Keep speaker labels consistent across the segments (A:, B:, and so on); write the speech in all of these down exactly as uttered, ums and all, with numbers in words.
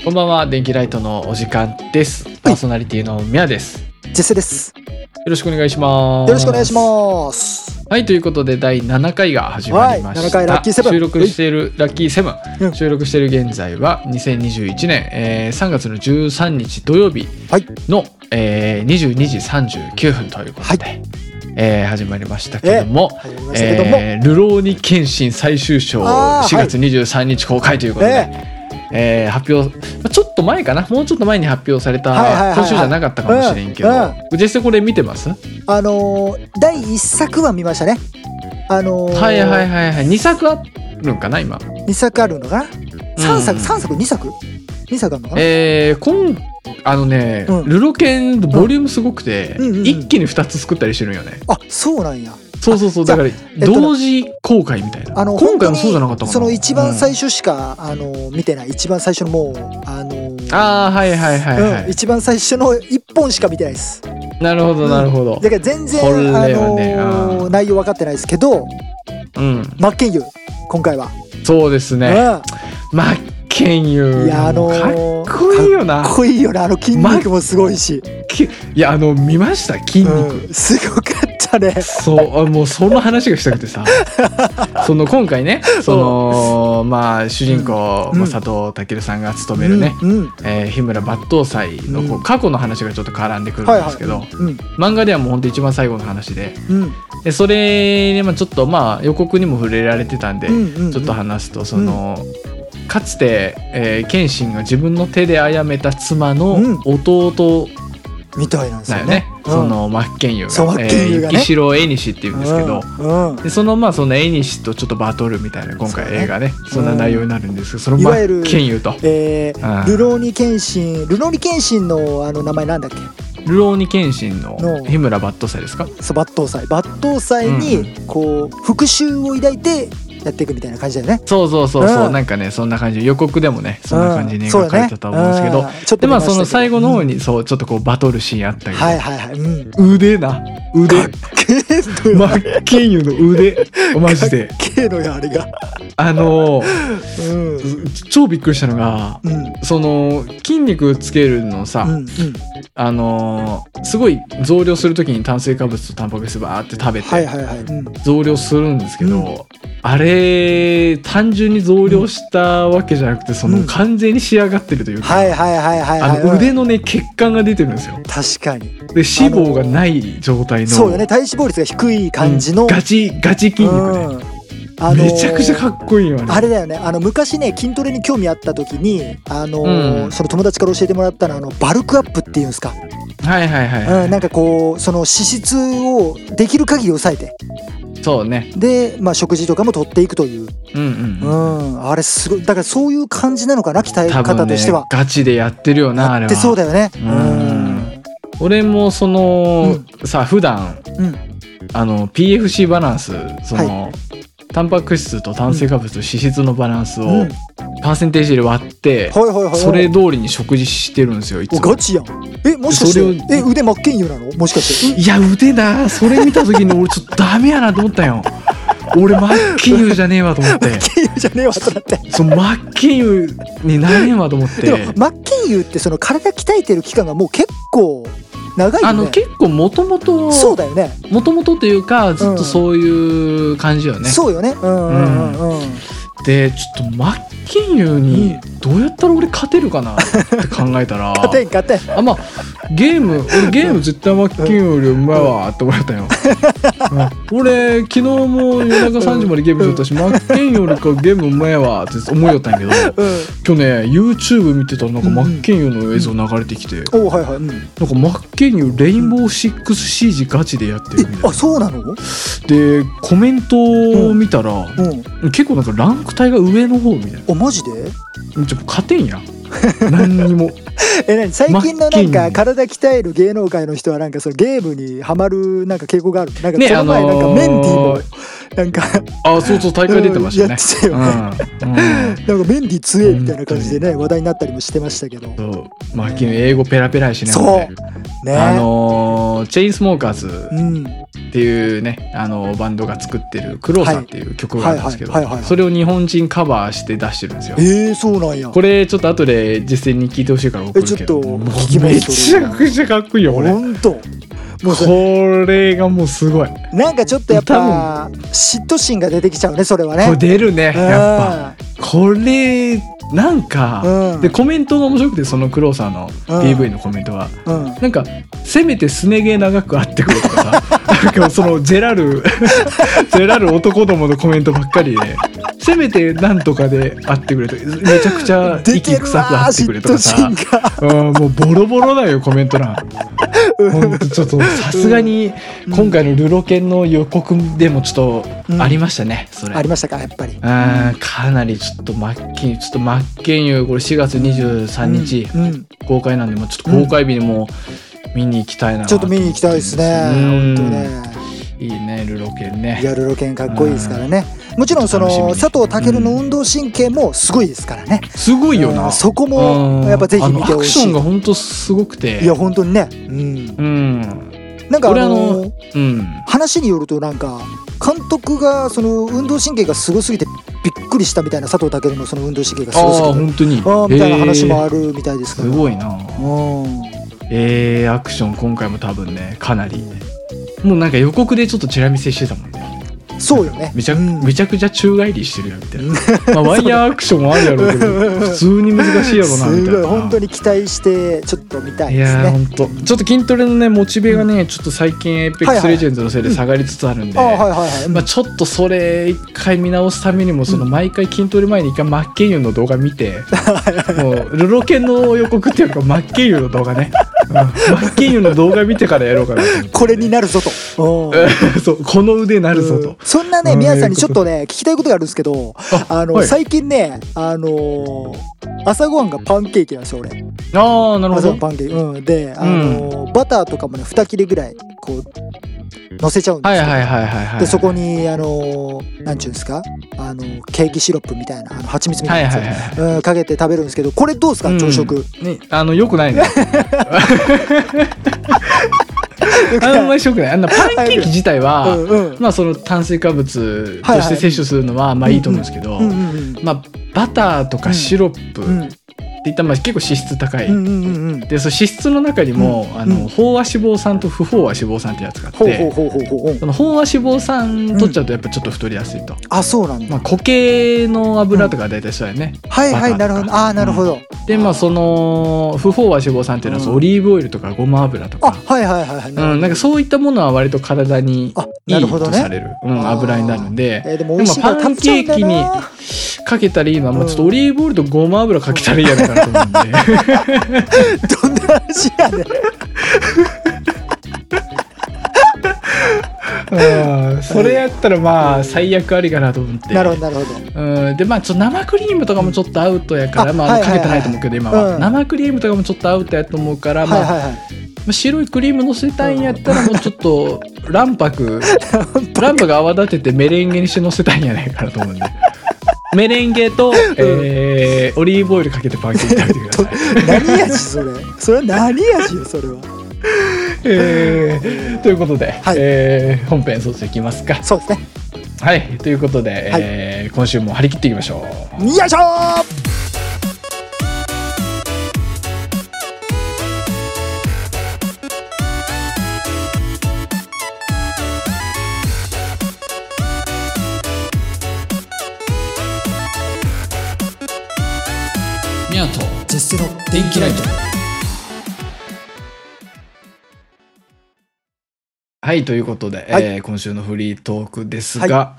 A: こんばんは。電気ライトのお時間です。パーソナリティのミヤです。
B: ジェセです。
A: よろしくお願いします。
B: よろしくお願いします。
A: はい、ということでだいななかいが始まりました。
B: はい、ななかいラッキーセブン。
A: 収録しているラッキーセブン、
B: うん、
A: 収録している現在はにせんにじゅういちねん、えー、さんがつのじゅうさんにち土曜日の、はい、えー、にじゅうにじさんじゅうきゅうふんということで、はい、えー、始まりましたけども、えー、ルローニケンシン最終章しがつにじゅうさんにち公開ということで、はい、えー、発表ちょっと前かな、もうちょっと前に発表された、はいはいはいはい、今週じゃなかったかもしれんけど、うんうん、実際これ見てます？
B: あのー、だいいっさくは見ましたね。あのー、
A: はいはいはいはい。にさくあるんかな今。
B: にさくあるのかな。さんさく、うん、さんさくにさくにさくあるのかな。
A: えー、今あのね、うん、ルロケンボリュームすごくて、うんうんうんうん、一気にふたつ作ったりしてるんよね。
B: あ、そうなんや。
A: そうそうそう、だから同時公開みたいな、あの今回もそうじゃなかったかな。
B: その一番最初しか、うん、あの見てない、一番最初のもうあの
A: あーはいはいはいはい、
B: うん、一番最初の一本しか見てないです。
A: なるほどなるほど、うん、
B: だから全然、ね、あのー、内容分かってないですけど、うん、マッケンユー今回は
A: そうですね、うん、マッケンユー、
B: いや、あのー、
A: かっこいいよな。
B: かっこいいよな。あの筋肉もすごいし、
A: いや、あの見ました筋肉、
B: うん、すごかったね。
A: そう、もうその話がしたくてさその今回ね、そのまあ主人公、うん、佐藤健さんが務めるね、うんうん、えー、日村抜刀斎のこう過去の話がちょっと絡んでくるんですけど、はいはい、うん、漫画ではもうほんと一番最後の話で、うん、でそれにちょっとまあ予告にも触れられてたんで、うんうんうん、ちょっと話すと、その、うん、かつて、えー、謙信が自分の手で殺めた妻の弟、うん
B: みたいなんですよね。
A: うん、その真剣佑が、
B: そう真剣佑がね、
A: 雪城絵西っていうんですけど、
B: うんうん、
A: でそのまあその絵西とちょっとバトルみたいな今回映画ね、そんな内容になるんですけど、その真剣佑と、
B: えー、ルローニケンシン、ルローニケンシンのあの名前なんだっけ？
A: ルローニケンシンの日村抜刀斎ですか？
B: そう、抜刀斎、抜刀斎にこう復讐を抱いてやっていくみたいな感じだよね。
A: そうそうそうそう、うん、なんかねそんな感じ、予告でもねそんな感じに描かれてたと思うんですけど、うんね、でまあその最後の方に、うん、そうちょっとこうバトルシーンあったり、
B: はいはいはい、うん、
A: 腕な腕真剣佑の腕マジで
B: かっけえのよあれが。
A: あのーうん、超びっくりしたのが、うん、その筋肉つけるのさ、うんうん、あのー、すごい増量するときに炭水化物とタンパク質バーって食べて、はいはいはい、うん、増量するんですけど、うん、あれ単純に増量したわけじゃなくて、その完全に仕上がってるというか、
B: はいはいはいはい、
A: あの腕のね血管が出てるんですよ。
B: 確かに。
A: で脂肪がない状態の、
B: そうよね、体脂肪率が低い感じの、
A: うん、ガチガチ筋肉ね、うん、あのー、めちゃくちゃかっこいいよね。
B: あれだよね、あの昔ね筋トレに興味あった時に、あのーうん、その友達から教えてもらったのはあのバルクアップっていうんですか。はいはいはい、はい、うん、なんかこうその脂質をできる限り抑えて、
A: そうね、
B: で、まあ、食事とかも取っていくという、うんうんうん、あれすごい、だからそういう感じなのかな、鍛え方としては。
A: 多分ね、ガチでやってるよな、あれは。
B: やってそうだよね。
A: うん、俺もその、うん、さ普段、うん、あの ピーエフシー バランス、その、はい、タンパク質と炭水化物と脂質のバランスをパーセンテージで割って、うん、それ通りに食事してるんですよいつも。
B: ガチやん。え、もしかしてえ腕真剣佑なの？もしかして。
A: いや腕だ、それ見た時に俺ちょっとダメやなと思ったよ俺真剣佑じゃねえわと思って
B: 真剣佑じゃねえわとなって、
A: そう真剣佑になれんわと思って。
B: でも真剣佑ってその体鍛えてる期間がもう結構長いよね。
A: あの結構もともと
B: そうだよね、
A: もともとというかずっとそういう感じよね、うん、
B: そうよね、うんうんうんうん、
A: でちょっと真剣佑にどうやったら俺勝てるかなって考えたら
B: 勝てん勝てん、
A: あ、まあゲーム俺ゲーム絶対真剣佑よりうまいわって思ったよ、うん、俺昨日も夜中さんじまでゲームしとったし、真剣佑よりかゲームうまいわって思いよったんやけど、うん、今日ね YouTube 見てたらなんか真剣佑の映像流れてきて、うん、お、はいはい、うん、なんか真剣佑レインボーシックスシージガチでやってるみたいな。
B: あ、そうなの？
A: でコメントを見たら、うんうん、結構なんかランク帯が上の方みたいな。
B: あ、マジで？
A: ちょっと勝てんや何にも
B: え、何最近のなんか体鍛える芸能界の人はなんかそのゲームにハマるなんか傾向がある。なんかその前なんかメンディーもなんか、ね、
A: あ、そうそう大会出てましたね、
B: やってたよね、うんうん、なんかメンディー強えみたいな感じでね話題になったりもしてましたけど、
A: そうマッキン英語ペラペラやしね。
B: そうね、
A: あのー、チェインスモーカーズっていうねあのバンドが作ってるクローサーっていう曲があるんですけど、それを日本人カバーして出してるんですよ。
B: えー、そうなんや。
A: これちょっと後で実践に聞いてほしいから送るけど、
B: えちょっと聞きます。
A: めちゃくちゃかっこいいよこれ。
B: 本当。もう
A: これがもうすごい。
B: なんかちょっとやっぱ嫉妬心が出てきちゃうねそれはね。
A: これ出るねやっぱ。これなんか、うん、でコメントが面白くて、そのクローサーの ピーブイ のコメントが、うん、なんかせめてすね毛長くあってくれとかさなんかそのジェラルジェラル男どものコメントばっかりで、せめてなんとかであってくれと、めちゃくちゃ息臭くあってくれとかさ、うん、もうボロボロだよコメント欄。ほんとちょっとさすがに今回のルロケンの予告でもちょっとありましたね、うん、それ
B: ありましたかやっぱり。
A: あかなりちょっと真剣ちょっと真剣佑これしがつにじゅうさんにち公開なんで、もうちょっと公開日にも見に行きたいな、うん、
B: ちょっと見に行きたいですね。本当ね
A: いいねルロケンね。
B: いやルロケンかっこいいですからね。もちろんその佐藤健の運動神経もすごいですからね。
A: すごいよな。
B: そこもやっぱぜひ見てほしい。
A: アクションが本当すごくて。
B: いや本当にね。うん。うん、なんかあの、あのうん、話によるとなんか監督がその運動神経がすごすぎてびっくりしたみたいな、佐藤健のその運動神経がすごすぎて。あ本
A: 当に。
B: あみたいな話もあるみたいですから。
A: すごいな。うん。えー、アクション今回も多分ねかなり。もうなんか予告でちょっとチラ見せしてたもんね。
B: そうよね。
A: めちゃ、うん、めちゃくちゃ宙返りしてるよみたいな。まあワイヤーアクションもあるやろうけど普通に難しいやろうなみたいな。
B: 本当に期待してちょっと見たいですね。
A: いや本当ちょっと筋トレのねモチベがねちょっと最近エイペックスレジェンズのせいで下がりつつあるんで、まあちょっとそれ一回見直すためにもその毎回筋トレ前に一回マッケンユーの動画見て、もうルロケンの予告っていうかマッケンユーの動画ね。マッケンユーの動画見てからやろうかなと思って。
B: これになるぞと。
A: そうこの腕なるぞと。
B: そんなね宮さんにちょっとね聞きたいことがあるんですけど、あの、はい、最近ねあのー、朝ごはんがパンケーキなんですよ俺。
A: ああなるほど。
B: 朝パンケーキ、うん、で、あのーうん、バターとかもねに切れぐらいこう乗せちゃうんですよ。
A: はいはいはいはい、はい、
B: でそこにあのー、なんちゅうんですかあのー、ケーキシロップみたいなあの蜂蜜みたいなやつ、はいはいはい、うん、かけて食べるんですけど、これどうですか、うん、朝食、
A: ね、あのよくないねあんまりしょくない。あんなパンケーキ自体は、うんうん、まあその炭水化物として摂取するのはまあいいと思うんですけど、まあバターとかシロップ、うんうんっていったらまあ結構脂質高い、うんうんうん、でその脂質の中にも、うん、あの飽和脂肪酸と不飽和脂肪酸ってやつがあって、その飽和脂肪酸取っちゃうとやっぱちょっと太りやすいと、うん、
B: あそうなんだ、
A: まあ、固形の油とか大体そうやね、
B: うん、はいはいなるほど、あなるほど、
A: うん、でまあその不飽和脂肪酸っていうのは、うん、オリーブオイルとかごま油とか、
B: あはいはいはいはい、
A: うん、なんかそういったものは割と体にいいとされる、うん、油になるんで、
B: えー、でも美味しいから
A: パンケーキにかけたらいいのは、もうちょっとオリーブオイルとごま油かけたらいいやないかなと思うんで
B: どんな話やねん
A: うん、それやったらまあ最悪ありかなと思って。
B: なるほどなるほど、
A: うん、でまあちょっと生クリームとかもちょっとアウトやから、まあ、はいはいはい、かけてないと思うけど今は、うん、生クリームとかもちょっとアウトやと思うから、まあ、はいはいはい、まあ、白いクリーム乗せたいんやったらもうちょっと卵白卵白泡立ててメレンゲにして乗せたいんやないかなと思うんでメレンゲと、えー、オリーブオイルかけてパンケーキ食べてください
B: 何味それそれは何味よそれは
A: えー、ということで、はい、えー、本編そしていきますか。
B: そうですね。
A: はいということで、はい、えー、今週も張り切っていきましょう。
B: よいしょー。
A: ミヤとジェステの電気ライト。はいということで、はい、えー、今週のフリートークですが、はい、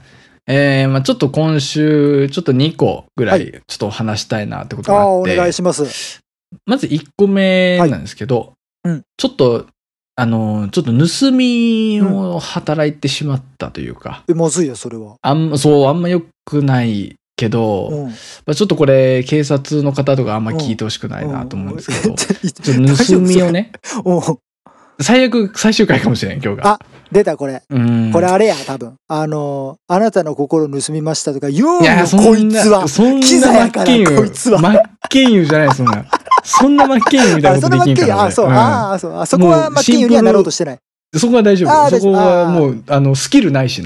A: えーまあ、ちょっと今週ちょっとにこぐらいちょっと話したいなってことがあって、
B: はい、あお願いします。
A: まずいっこめなんですけど、はい、うん、ちょっとあのちょっと盗みを働いてしまったというか、
B: うん、えまずいよそれは。
A: あんそうあんま良くないけど、うん、まあ、ちょっとこれ警察の方とかあんま聞いてほしくないなと思うんですけど、うん、ちょっと盗みをね最悪最終回かもしれん今日が。
B: あ出たこれ、うん、これあれや多分あのあなたの心盗みましたとか言うんよこいつは。
A: そんなキザやからこいつは真剣佑じゃないそんなそんな真剣佑みたいなことできんから。
B: あその真剣佑あそう、うん、あそうあそこは真剣佑にはなろうとしてない。
A: そこは大丈夫。そこはもう、あの、スキルないしな。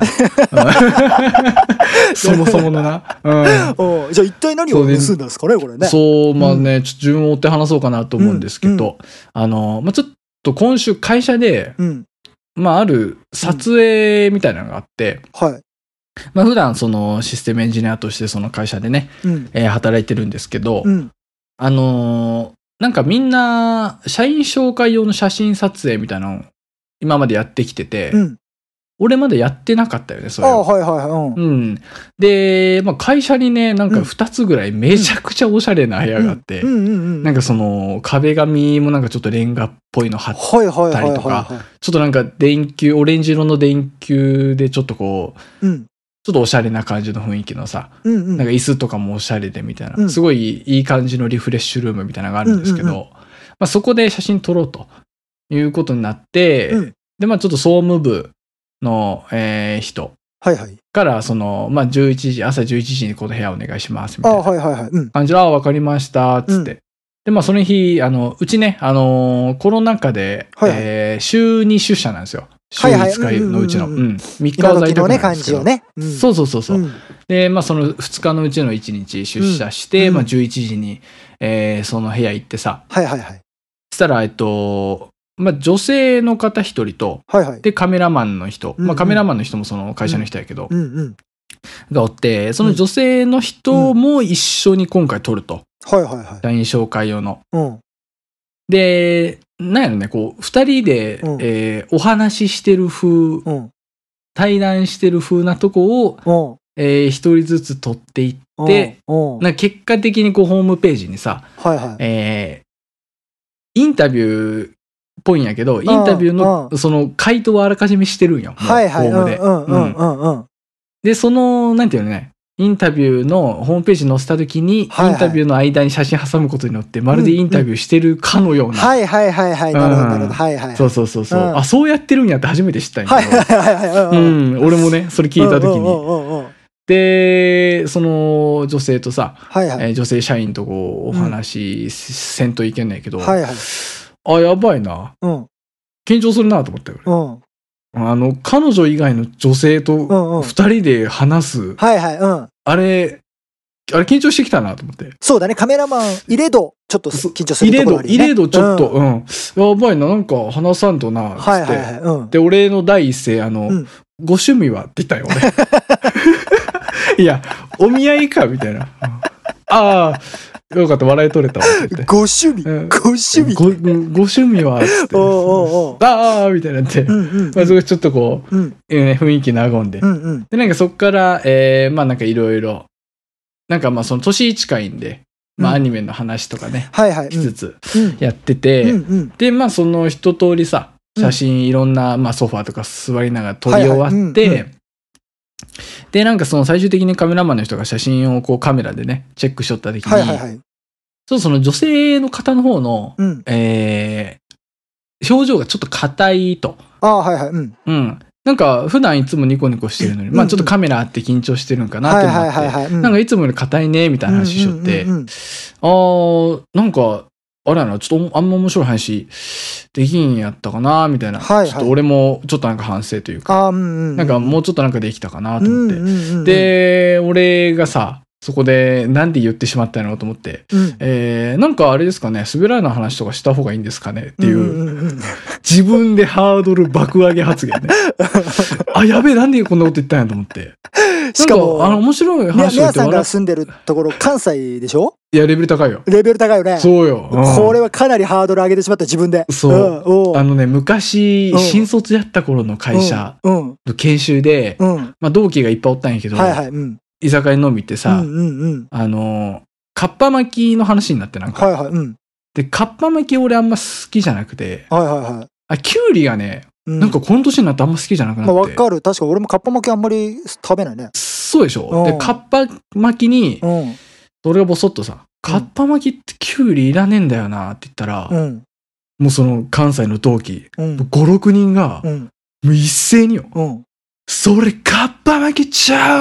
A: そもそものな。
B: うん、じゃあ一体何を盗んだんですかね、これね。
A: そう、まあね、ちょっと順を追って話そうかなと思うんですけど、あの、まあちょっと今週会社で、まあある撮影みたいなのがあって、はい。まあ普段そのシステムエンジニアとしてその会社でね、え働いてるんですけど、あの、なんかみんな、社員紹介用の写真撮影みたいなのを今までやってきてて、うん、俺まだやってなかったよね、それ。ああ、はいはい、うん。うん。で、まあ、会社にね、なんかふたつぐらいめちゃくちゃおしゃれな部屋があって、なんかその、壁紙もなんかちょっとレンガっぽいの貼ったりとか、ちょっとなんか電球、オレンジ色の電球でちょっとこう、うん、ちょっとおしゃれな感じの雰囲気のさ、うんうん、なんか椅子とかもおしゃれでみたいな、うん、すごいいい感じのリフレッシュルームみたいなのがあるんですけど、うんうんうん、まあ、そこで写真撮ろうということになって、うん、で、まあちょっと総務部の、えー、人から、その、まあじゅういちじ、朝じゅういちじにこの部屋お願いしますみたいな感じで、あ、わかりました、つって。うん、で、まあその日、あの、うちね、あのー、コロナ禍で、はいはい、えー、週に出社なんですよ。週いつかのうちの。みっかは在宅なんですけど。ねうん、そうそうそうそう。うん、で、まあそのふつかのうちのいちにち出社して、うん、まあじゅういちじに、えー、その部屋行ってさ。はいはいはい。そしたら、えっと、まあ女性の方一人と、はいはい、で、カメラマンの人。うんうん、まあカメラマンの人もその会社の人やけど、うんうん、がおって、その女性の人も一緒に今回撮ると。はいはいはい。社員紹介用の。うん、で、なんやろね、こう、二人で、うん、えー、お話ししてる風、うん、対談してる風なとこを、うん、えー、一人ずつ撮っていって、うん、なんか結果的にこう、ホームページにさ、はいはい、えー、インタビューっぽいんやけど、インタビューの、その、回答をあらかじめしてるんよ。はいはい、ホームで。うんうんうんうん。で、その、なんていうのね、インタビューのホームページに載せたときに、はいはい、インタビューの間に写真挟むことによって、まるでインタビューしてるかのような。はいはいはいはい。なるほどなるほど。はいはい。そうそうそうそう、うん。あ、そうやってるんやって初めて知ったんやけど。はいはいはい。うん。俺もね、それ聞いたときに。で、その女性とさ、はいはい、えー、女性社員とこうお話しせんといけんないけど、うん、はいはい、あ、やばいな。うん、緊張するなと思ったよ。うんあの、彼女以外の女性と二人で話す。うんうん、はいはい、うん。あれ、あれ緊張してきたなと思って。そうだね、カメラマン入れど、ちょっと緊張するところあるよね。入れど、入れどちょっと、うん、うん。やばいな、なんか話さんとな、つって。はいはいはい、うん。で、俺の第一声、あの、うん、ご趣味はって言ったよ、俺。いや、お見合いか、みたいな。ああ。よかった、笑い取れたわ。ご趣味、うん、ご趣味ご、ご趣味はつって。おうおうおうああみたいになって。うんうんうん、まあ、そこちょっとこう、うんえー、雰囲気和んで。うんうん、で、なんかそっから、えー、まあなんかいろいろ、なんかまあその年近いんで、まあアニメの話とかね、はいはい、しつつやってて、うんうん、で、まあその一通りさ、写真いろんな、まあソファーとか座りながら撮り終わって、で、なんかその最終的にカメラマンの人が写真をこうカメラでね、チェックしとった時に、はいはいはい、そうその女性の方の方の、うん、えー、表情がちょっと硬いと。ああ、はいはい。うん。うん。なんか普段いつもニコニコしてるのに、うん、まあちょっとカメラあって緊張してるんかなと思って、なんかいつもより硬いね、みたいな話しとって、うんうんうんうん、ああ、なんか、あれやな、ちょっとあんま面白い話できんやったかな、みたいな、はいはい。ちょっと俺もちょっとなんか反省というか、うんうんうん、なんかもうちょっとなんかできたかなと思って。うんうんうんうん、で、俺がさ、そこでなんで言ってしまったのと思って、うん、えー、なんかあれですかね、滑らない話とかした方がいいんですかねっていう、うんうんうん、自分でハードル爆上げ発言ね。あ、やべえ、なんでこんなこと言ったんやと思って。しかも、あの、面白い話を言って。皆さんが住んでるところ、関西でしょ？いや、レベル高いよ。レベル高いよね。そうよ。うん、これはかなりハードル上げてしまった、自分で。そう。うん、あのね、昔、うん、新卒やった頃の会社の研修で、うん、まあ、同期がいっぱいおったんやけど、はいはいうん居酒屋飲みってさ、うんうんうん、あの、かっぱ巻きの話になってなんか。はいはいうん、で、かっぱ巻き俺あんま好きじゃなくて、はいはいはい、あ、きゅうりがね、うん、なんかこの年になってあんま好きじゃなくなって。まあわかる。確か俺もかっぱ巻きあんまり食べないね。そうでしょ、うん、で、かっぱ巻きに、うん、俺がボソッとさ、かっぱ巻きってきゅうりいらねえんだよなって言ったら、うん、もうその関西の同期、うん、ご、ろくにんが、うん、もう一斉によ、うん、それかっぱ巻きちゃうっ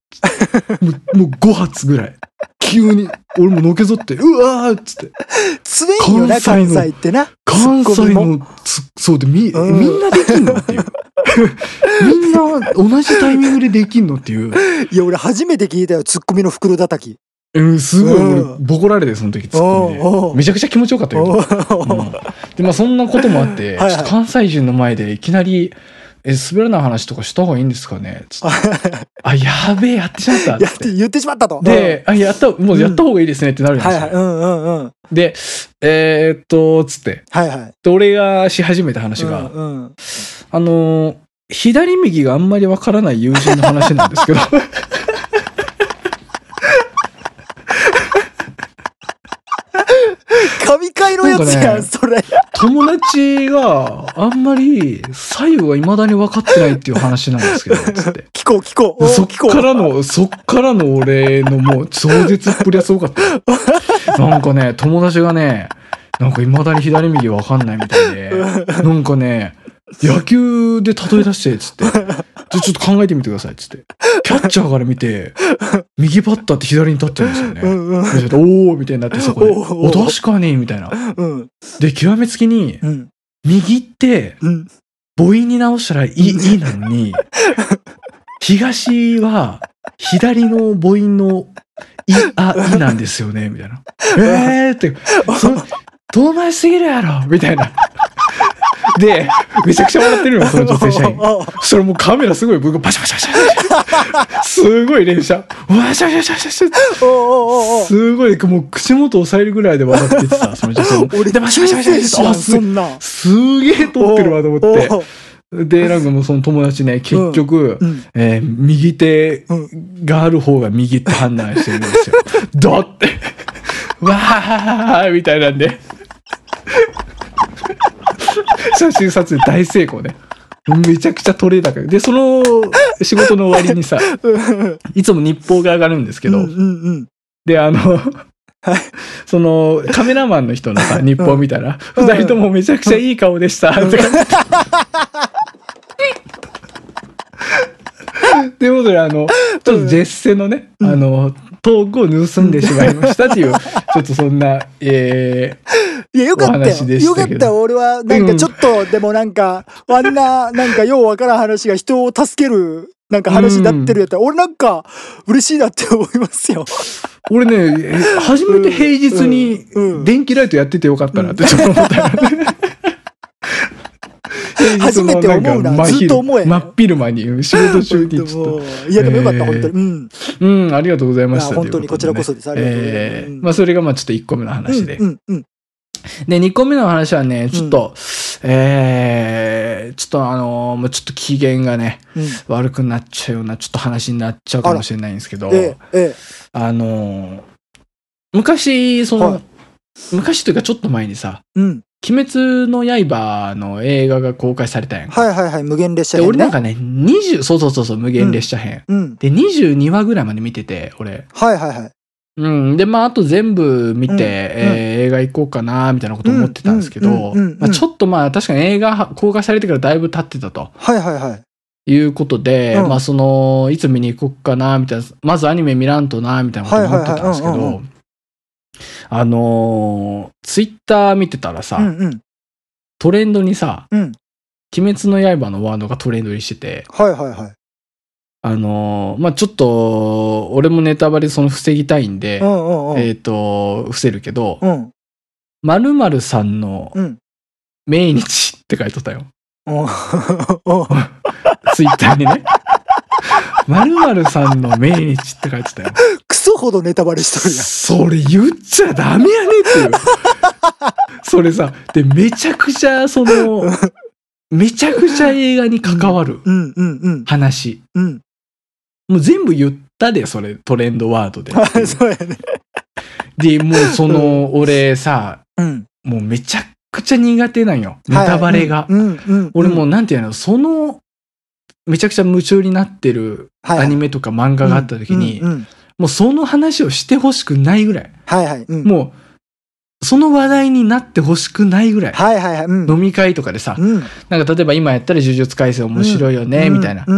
A: もう、もうご発ぐらい。急に、俺ものけぞって、うわーっつって。
B: 強いよな、関西ってな。
A: 関西の、そうで、み、うん、みんなできんのっていう。みんな同じタイミングでできんのっていう。
B: いや、俺初めて聞いたよ、ツッコミの袋叩き。
A: うん、すごい、俺、ボコられて、その時ツッコミで。めちゃくちゃ気持ちよかったよ。うん、で、まあ、そんなこともあって、はいはい、関西人の前でいきなり、え、滑らない話とかした方がいいんですかねつってあ、やべえ、やってしまった
B: やって言ってしまったと。
A: で、あ、やった、もうやった方がいいですねってなるんですよ。はいはい、うんうんうん。で、えー、っと、つって。はいはい。で、俺がし始めた話が、うんうん、あのー、左右があんまりわからない友人の話なんですけど。
B: 神回のやつやん、それ。
A: 友達があんまり左右が未だに分かってないっていう話なんですけど、つって。
B: 聞こう聞こう。
A: そっからの、そっからの俺のもう壮絶っぷりはすごかった。なんかね、友達がね、なんか未だに左右分かんないみたいで、なんかね、野球で例え出して、つって。ちょ、ちょっと考えてみてください、つって。キャッチャーから見て、右バッターって左に立っちゃうんですよね。うんうん、おーみたいになってそこで。お、確かにみたいな。うん、で、極めつきに、うん、右って、母音に直したらいい、いいなのに、東は、左の母音の、い、あ、いなんですよね、みたいな。えーって、そ、遠回しすぎるやろみたいな。で、めちゃくちゃ笑ってるの、その女性社員。それもうカメラすごい、僕バシャバシャバシャ。すごい連射。わしゃしゃしゃしゃしゃ。すごい、もう口元押さえるぐらいで笑っててさ、その女性も。俺でバシャバシャバシャバシャ。あ、そんな。すげえ撮ってるわと思って。で、なんかもうその友達ね、結局、うんえー、右手がある方が右って判断してるんですよ。ドって。わーみたいなんで。写真撮影大成功ね。めちゃくちゃ撮れ高い。で、その仕事の終わりにさ、いつも日報が上がるんですけど、うんうんうん、で、あの、はい、そのカメラマンの人のさ、日報見たら、二、うん、人ともめちゃくちゃいい顔でした。って感じ。ということで、あの、ちょっとジェッセのね、うん、あの、トークを盗んでしまいましたっていう、ちょっとそんな、えー、
B: いや、よかったよ。よかったよ。俺は、なんかちょっと、うん、でもなんか、あんな、なんかようわからん話が人を助ける、なんか話になってるやったら、うん、俺なんか、嬉しいなって思いますよ。
A: 俺ね、初めて平日に電気ライトやっててよかったなってちょっと思ったよね。
B: 初めて思うな、ずっと思え。
A: 真っ昼間に仕事中にちょっと。
B: いやでもよかった、本当に。うん。
A: うん、ありがとうございました。
B: 本当にこちらこそです。ありがとうございます。え
A: ー、まあそれがまあちょっといっこめの話で。うんうん。で、にこめの話はね、ちょっと、えー、ちょっとあの、もうちょっと機嫌がね、悪くなっちゃうようなちょっと話になっちゃうかもしれないんですけど、あの、昔、その、昔というかちょっと前にさ、鬼滅の刃の映画が公開されたやんか。
B: はいはいはい、無限列車編、ね。
A: 俺なんかね、にじゅう、そうそうそうそう、無限列車編、うん。で、にじゅうにわぐらいまで見てて、俺。
B: はいはいはい。
A: うん。で、まあ、あと全部見て、うん、えー、映画行こうかな、みたいなこと思ってたんですけど、ちょっとまあ、確かに映画公開されてからだいぶ経ってたと。
B: はいはいはい。
A: いうことで、うん、まあ、その、いつ見に行こうかな、みたいな、まずアニメ見らんとな、みたいなこと思ってたんですけど、あのー、ツイッター見てたらさ、うんうんトレンドにさ、うん、鬼滅の刃のワードがトレンドにしてて、
B: はいはいはい。
A: あのー、まあ、ちょっと、俺もネタバレその防ぎたいんで、うんうんうん、えっと、伏せるけど、〇〇さんの命日って書いとったよ。ツイッターにね。〇〇さんの命日って書いてたよ。
B: クソほどネタバレしとるやん。
A: それ言っちゃダメやねっていう。それさ、で、めちゃくちゃ、その、めちゃくちゃ映画に関わる話。もう全部言ったで、それ、トレンドワードで。
B: そうやね。
A: で、もうその、俺さ、うん、もうめちゃくちゃ苦手なんよ。ネタバレが。俺もうなんていうの、その、めちゃくちゃ夢中になってるアニメとか漫画があった時に、もうその話をしてほしくないぐらい。はいはいうん、もう、その話題になってほしくないぐらい。はいはいはいうん、飲み会とかでさ、うん、なんか例えば今やったら呪術廻戦面白いよね、うん、みたいな、うん。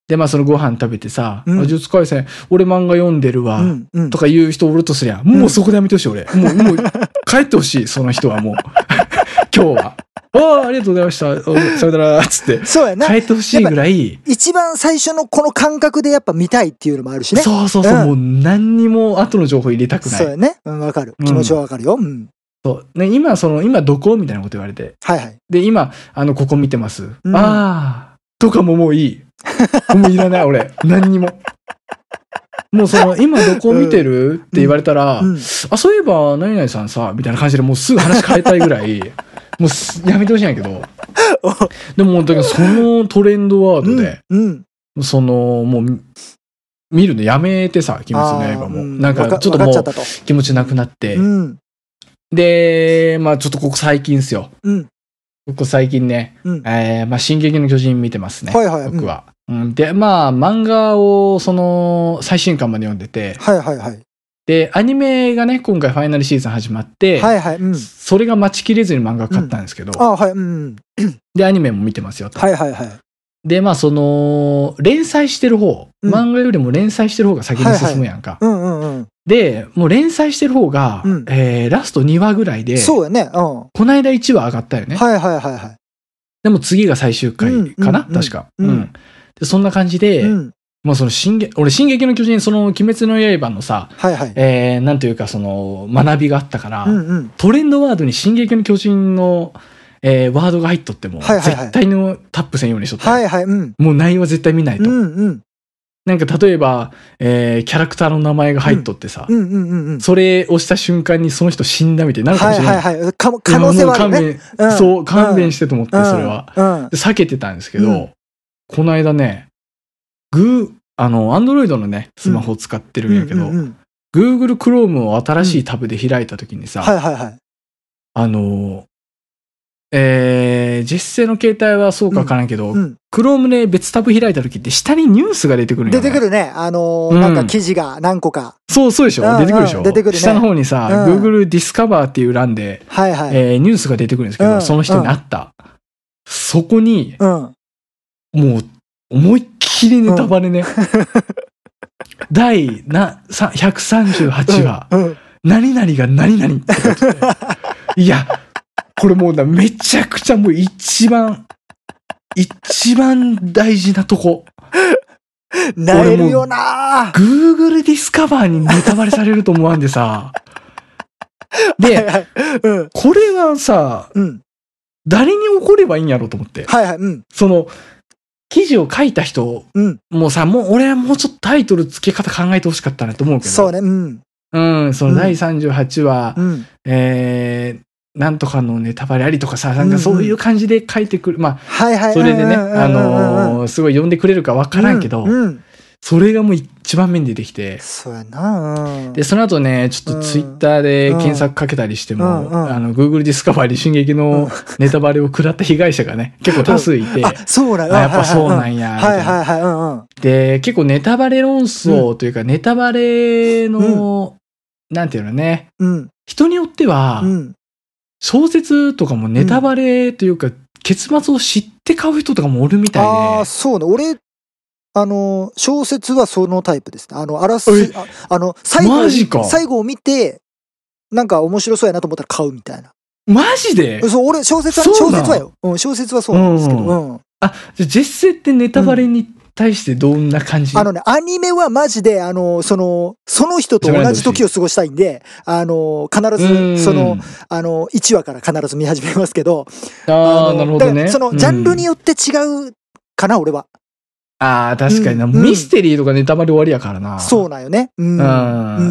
A: でまあそのご飯食べてさ、
B: うん
A: 呪術廻戦俺漫画読んでるわ、
B: うんうん
A: とか言う人おるとすりゃ、もうそこでやめてほしい俺。もう、もう帰ってほしい、その人はもう。今日は。ああ、ありがとうございました。おさよなら、つって。
B: そうやな。
A: 帰ってほしいぐらい。
B: 一番最初のこの感覚でやっぱ見たいっていうのもあるしね。
A: そうそうそう。
B: うん、
A: もう何にも後の情報入れたくない。
B: そうやね。うん、わかる。気持ちはわかるよ。うん。
A: そうね、今、その、今どこみたいなこと言われて。
B: はいはい。
A: で、今、あの、ここ見てます。
B: うん、
A: ああ、とかももういい。もういらない、俺。何にも。もうその、今どこ見てる、うん、って言われたら、うん、あ、そういえば、何々さんさ、みたいな感じでもうすぐ話変えたいぐらい、もうやめてほしいんやけど。でも、だけどそのトレンドワードで、うんうん、その、もう、見るのやめてさ、鬼滅の刃も。なんか、ちょっともう、気持ちなくなって。うん、で、まあちょっとここ最近ですよ。うん、ここ最近ね、うん、えー、まあ進撃の巨人見てますね。はいはい、僕は。うん、で、まあ漫画を、その、最新刊まで読んでて。はいはいはい。で、アニメがね、今回ファイナルシーズン始まって、はいはい、うん、それが待ちきれずに漫画買ったんですけど、うん、あ、はい、うん。で、アニメも見てますよと。はいはいはい。で、まあその、連載してる方、うん、漫画よりも連載してる方が先に進むやんか。はいはい、うんうんうん。で、もう連載してる方が、うん、えー、ラストにわぐらいで、そうやね。うん。この間いちわ上がったよね。はいはいはいはい。でも次が最終回かな、うん、確か、うん。うん。で、そんな感じで、うん、もうその進撃、俺進撃の巨人、その鬼滅の刃のさ、はいはい。えー、なんというかその学びがあったから、うんうん、トレンドワードに進撃の巨人の、えー、ワードが入っとっても、はいはいはい、絶対のタップせんようにしとった。はいはい、うん。もう内容は絶対見ないと。うんうん。なんか例えば、えー、キャラクターの名前が入っとってさ、うんうんうんうん、それを押した瞬間にその人死んだみたいになるかもしれない。はいはいはい。か可能性はあるね。うん、そう、勘弁してと思って、それは、うんうん。で避けてたんですけど、うん、この間ね、グー、あの、アンドロイドのね、スマホを使ってるんやけど、うんうんうん、Google Chrome を新しいタブで開いたときにさ、うん、はいはいはい。あの、えー、実際の携帯はそうかわからんけど、うんうん、Chrome で別タブ開いたときって下にニュースが出てくるんよね。出てくるね。あのーうん、なんか記事が何個か。そうそうでしょ、うんうん、出てくるでしょ、出てくるね。下の方にさ、うん、Google Discover っていう欄で、はいはい、えー、ニュースが出てくるんですけど、うん、その人にあった。うん、そこに、うん、もう、思いっきりネタバレね。うん、第なひゃくさんじゅうはちわ、うんうん、何々が何々って書いてて。いや、これもうめちゃくちゃもう一番、一番大事なとこ。なえるよなぁ。Google Discover にネタバレされると思わんでさ。で、はいはい、うん、これはさ、うん、誰に起こればいいんやろうと思って。はいはい、うん、その、記事を書いた人、うん、もうさ、もう俺はもうちょっとタイトル付け方考えてほしかったなと思うけど。そうね、うん。うん、そのだいさんじゅうはちわ、うん、えー、なんとかのネタバレありとかさ、なんかそういう感じで書いてくる。まあ、それでね、あのー、すごい読んでくれるかわからんけど、うんうん、それがもう一番目に出てきて。そうやな。で、その後ね、ちょっとツイッターで検索かけたりしても、うんうん、あの、Google Discover に進撃のネタバレを食らった被害者がね、結構多数いて、あ、そうなんや。やっぱそうなんや。はいはいはい。うんうん、で、結構ネタバレ論争というか、うん、ネタバレの、うん、なんていうのね、うん、人によっては、うん、小説とかもネタバレというか、うん、結末を知って買う人とかもおるみたいで。ああ、そうね。俺、あの、小説はそのタイプですね。あの、あらす、あ, あの、最後、マジか。最後を見て、なんか面白そうやなと思ったら買うみたいな。マジで？そう、俺、小説は、小説はよ。うん、小説はそうなんですけど。うん。うん、あ、じゃジェッセってネタバレに対してどんな感じ？うん、あのね、アニメはマジで、あの、その、その人と同じ時を過ごしたいんで、あの、必ず、その、あの、いちわから必ず見始めますけど。ああ、なるほどね。その、ジャンルによって違うかな、俺は。ああ、確かにな、うん。ミステリーとかネタバレ終わりやからな。そうなんよね。うん。うん、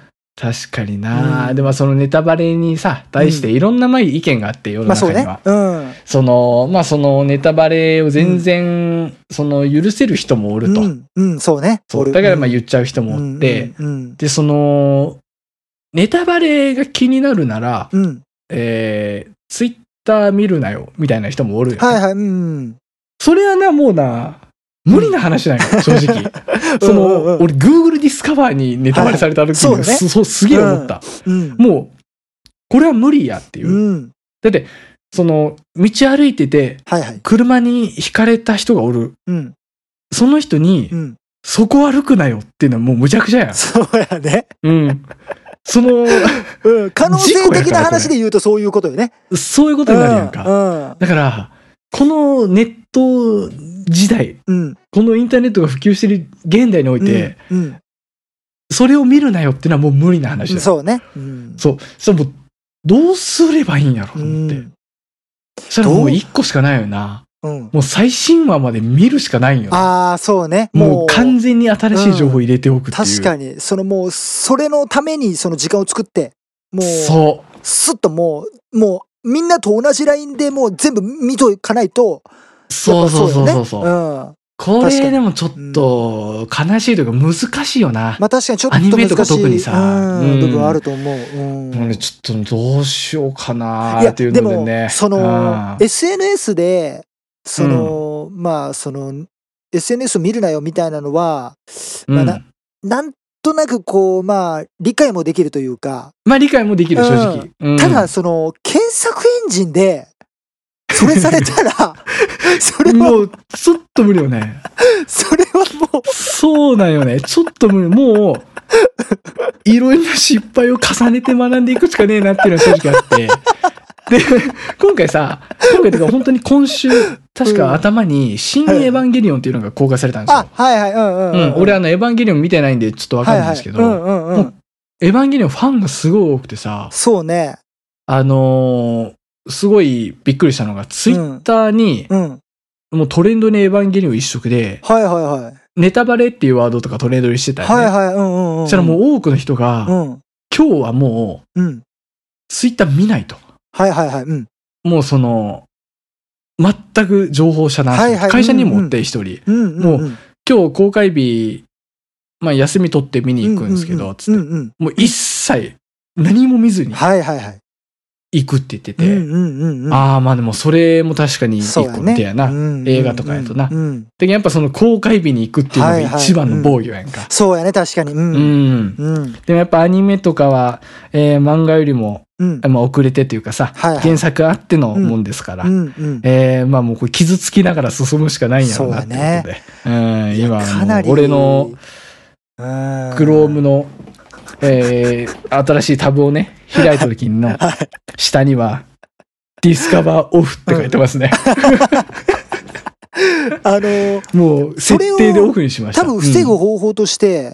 A: 確かにな、うん。でもそのネタバレにさ、対していろんなまあ意見があって、世の中には。まあそうね。うん。その、まあそのネタバレを全然、うん、その許せる人もおると。うん、うん、そうね。そう。だからまあ言っちゃう人もおって、うんうん、で、その、ネタバレが気になるなら、うん、えー、ツイッター見るなよ、みたいな人もおるよ、ね。はいはい。うん。それはな、もうな、無理な話なんよ、正直。その、うんうんうん、俺、Google Discover にネタバレされた時に、はい、そう、ね、そう、すげえ思った、うん。もう、これは無理やっていう。うん、だって、その、道歩いてて、はいはい、車にひかれた人がおる。うん、 その人に、うん、そこ歩くなよっていうのはもうむちゃくちゃやん。
B: そうやね。
A: うん。その、
B: うん、可能性的な話で言うとそういうことよね。
A: そういうことになるやんか。うんうん、だから、このネット時代、うん、このインターネットが普及している現代において、うんうん、それを見るなよってのはもう無理な話だ。
B: そうね。うん、
A: そう。それもうどうすればいいんやろと思って。うん、そしたらもう一個しかないよな。うん、もう最新話まで見るしかないよ。
B: ああ、そうね。
A: もう、もう完全に新しい情報を入れておくっていう。
B: うん、確かに。そのもう、それのためにその時間を作って、もう、
A: そう。
B: すっともう、もう、みんなと同じラインでもう全部見とかないと。
A: そうそうそうそうそう。うん、これでもちょっと悲しいというか難しいよな。
B: まあ確かにちょっと難しい。
A: アニメとか特にさ、
B: うん、部分あると思う。うん
A: うん、ちょっとどうしようかなっていうのでね。
B: でもその エスエヌエス でその、うん、まあその エスエヌエス を見るなよみたいなのは、まあ、な, なんとなくこうまあ理解もできるというか。
A: まあ理解もできる、正直。
B: うん、ただその検索エンジンでそれされたらそれは
A: もうちょっと無理よね。
B: それはもう
A: そうなんよね。ちょっと無理。もういろいろな失敗を重ねて学んでいくしかねえなっていうのは正直あって。で、今回さ、今回とか本当に今週、確か頭に新エヴァンゲリオンっていうのが公開されたんですよ。
B: あ、はいはい、うんうん、うん。
A: 俺あのエヴァンゲリオン見てないんでちょっとわかんないんですけど、はいはい、うんうんうん、エヴァンゲリオンファンがすごい多くてさ、
B: そうね。
A: あのー、すごいびっくりしたのが、ツイッターに、うんうん、もうトレンドにエヴァンゲリオン一色で、
B: はいはいはい。
A: ネタバレっていうワードとかトレンドにしてたよね。
B: はいはい、うんうんうん。
A: そしたらもう多くの人が、うん、今日はもう、うん、ツイッター見ないと。
B: はいはいはい。うん、も
A: うその、全く情報遮断して、はいはい、会社にもおって一人、うんうん、もう今日公開日、まあ休み取って見に行くんですけど、つって、もう一切何も見ずに。
B: はいはいはい。
A: 行くって言ってて、うんうんうん、ああまあでもそれも確かに一個みたいやな、ね、うんうんうん、映画とかやとな、うん、でやっぱその公開日に行くっていうのが一番の防御やんか、
B: はいはい、うん、そうやね確かに、うん
A: うんうん、でもやっぱアニメとかは、えー、漫画よりも、うんまあ、遅れてというかさ、はいはい、原作あってのもんですから、うんうん、えー、まあもうこれ傷つきながら進むしかないんやろうなってことで、う、ね、うん、今はもう俺のクロームのえー、新しいタブをね開いた時の下にはディスカバーオフって書いてますね、
B: うん、あのー、
A: もう設定でオフにしました。
B: 多分防ぐ方法として、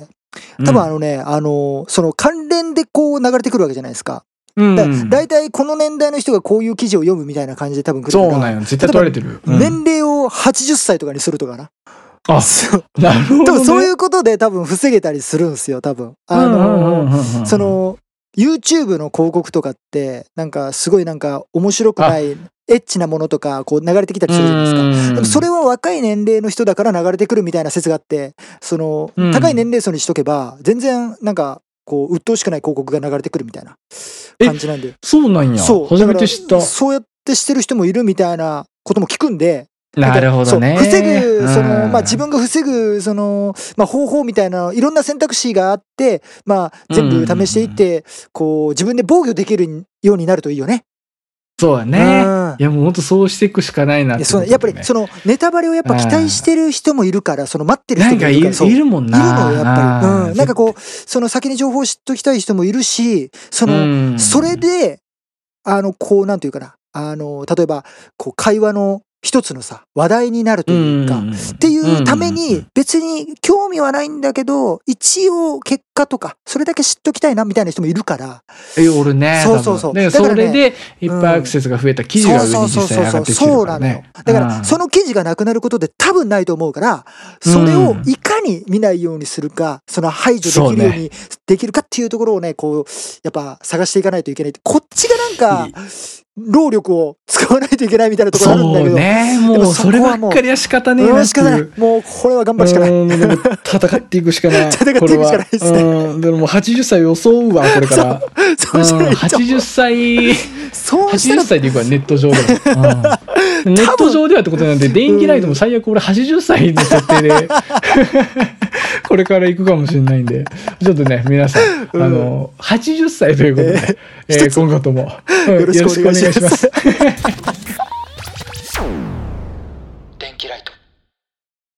B: うん、多分あのね、あのー、その関連でこう流れてくるわけじゃないですか。うん、だいたいこの年代の人がこういう記事を読むみたいな感じで多分来るから。
A: そうなんよ、絶対取られてる、
B: うん、年齢をはちじゅっさいとかにするとかな。
A: あ、なるほど、ね、
B: 多分そういうことで多分防げたりするんですよ多分。あのー、その YouTube の広告とかってなんかすごいなんか面白くないエッチなものとかこう流れてきたりするじゃないですか。でもそれは若い年齢の人だから流れてくるみたいな説があって、その高い年齢層にしとけば全然なんかこう鬱陶しくない広告が流れてくるみたいな感じなんで。
A: そうなんや。そう初めて知った。
B: そうやってしてる人もいるみたいなことも聞くんで。
A: なるほどね。
B: 防ぐ、その、まあ、自分が防ぐ、その、まあ、方法みたいな、いろんな選択肢があって、まあ、全部試していって、こう、自分で防御できるようになるといいよね。
A: そうだね。いや、もう本当そうしていくしかないなって、ね。
B: そう、やっぱり、その、ネタバレをやっぱ期待してる人もいるから、その、待ってる人もいるから。
A: なんかいる、いるもんな。
B: いるのよ、やっぱり。うん。なんかこう、その先に情報を知っときたい人もいるし、その、それで、あの、こう、なんていうかな。あの、例えば、こう、会話の、一つのさ話題になるというか、うん、っていうために別に興味はないんだけど一応結果とかそれだけ知っときたいなみたいな人もいるから。
A: えおるね。
B: そうそうそう。
A: だからそれでいっぱいアクセスが増えた記事が上に実際上がってきてるからね。
B: だからその記事がなくなることで多分ないと思うからそれをいかに見ないようにするかその排除できるようにできるかっていうところをねこうやっぱ探していかないといけない。こっちがなんか労力を使わないといけないみたいなところあるんだけど。
A: そうね。もうそればっかりは仕方ねえなっていう。
B: もうこれは頑張るしかない。
A: うんでも戦っていくしかない。
B: 戦っていくしかないですね。
A: うんでももうはちじゅっさいを襲うわこれから。
B: そうそう
A: うん、はちじゅっさい
B: そう
A: はちじゅっさいでいくわネット上でも、うん、ネット上ではってことなんで電気ライトも最悪俺はちじゅっさいの設定でこれから行くかもしれないんでちょっとね皆さん、うん、あのはちじゅっさいということで、えーえー、今後とも、うん、よろしくお願いします電気ライト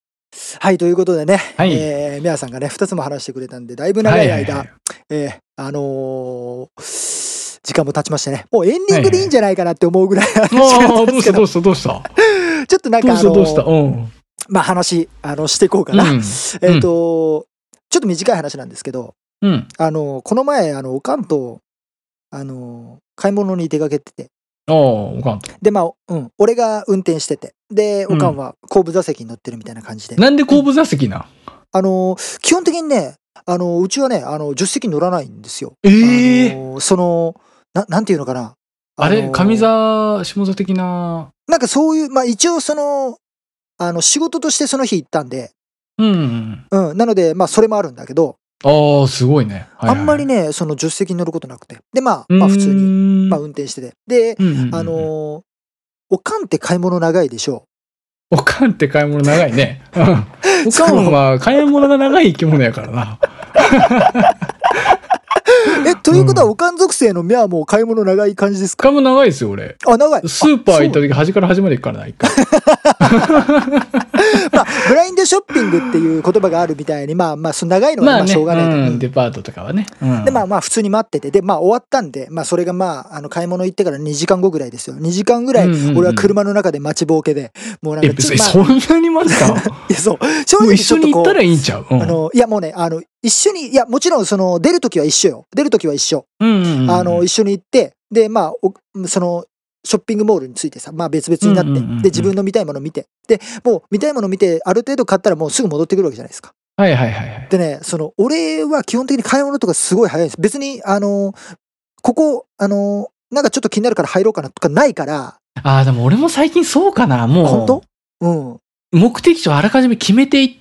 B: はい、ということでね、
A: はい、
B: えー、皆さんがね、ふたつも話してくれたんで、だいぶ長い間、はいはいはい、えー、あのー、時間も経ちましてね、もうエンディングでいいんじゃないかなって思うぐらい話があったんですけど、
A: どうしたどうしたどうした
B: ちょっとなんか、あの
A: ー、どうしたどうした、うん、
B: まあ話、あの、していこうかな。うん、えっ、ー、と、うん、ちょっと短い話なんですけど、
A: うん、
B: あの、この前、あの、おかんと、あの、買い物に出かけてて、
A: ああ、おかんと。
B: で、まあ、うん、俺が運転してて、で、おかんは後部座席に乗ってるみたいな感じで。
A: なんで後部座席な、うん、
B: あの、基本的にね、あの、うちはね、あの、助手席に乗らないんですよ。
A: ええー。
B: あの、その、な、なんていうのかな。
A: あ, あれ上座、下座的な。
B: なんかそういう、まあ一応その、あの、仕事としてその日行ったんで、
A: うん。
B: うん。なので、まあそれもあるんだけど、
A: ああ、すごいね。
B: はいはい、あんまりね、その助手席に乗ることなくて。で、まあ、まあ普通に、まあ運転してて。で、あの、おかんって買い物長いでしょ。
A: おかんって買い物長いね。おかんは買い物が長い生き物やからな。
B: え、ということは、おかん属性の目はもう買い物長い感じですか？
A: 買い物長いですよ、俺。
B: あ、長い。
A: スーパー行った時、端から端まで行くからな、一回。
B: まあ、ブラインドショッピングっていう言葉があるみたいに、まあまあ、その長いのはまあしょうがない、
A: まあね、うん、デパートとかはね。
B: うん、で、まあまあ、普通に待ってて、で、まあ終わったんで、まあそれがまあ、あの、買い物行ってからにじかんごぐらいですよ。にじかんぐらい、俺は車の中で待ちぼうけで、もうなんか、
A: え、まあ、そんなに待ってたの？い
B: や、そう。正直
A: 一緒に行ったらいいんちゃう？うん、
B: あの、いやもうね、あの、一緒に、いや、もちろんその、出るときは一緒よ。出るときは一緒。
A: うんうんうん、
B: あの、一緒に行って、で、まあ、その、ショッピングモールについてさ、まあ別々になって、うんうんうんうん、で、自分の見たいもの見て、で、もう見たいもの見て、ある程度買ったらもうすぐ戻ってくるわけじゃないですか。
A: はいはいはいはい。
B: でね、その、俺は基本的に買い物とかすごい早いんです。別に、あの、ここ、あの、なんかちょっと気になるから入ろうかなとかないから。
A: ああ、でも俺も最近そうかな、もう。
B: 本当？うん。
A: 目的地をあらかじめ決めていって、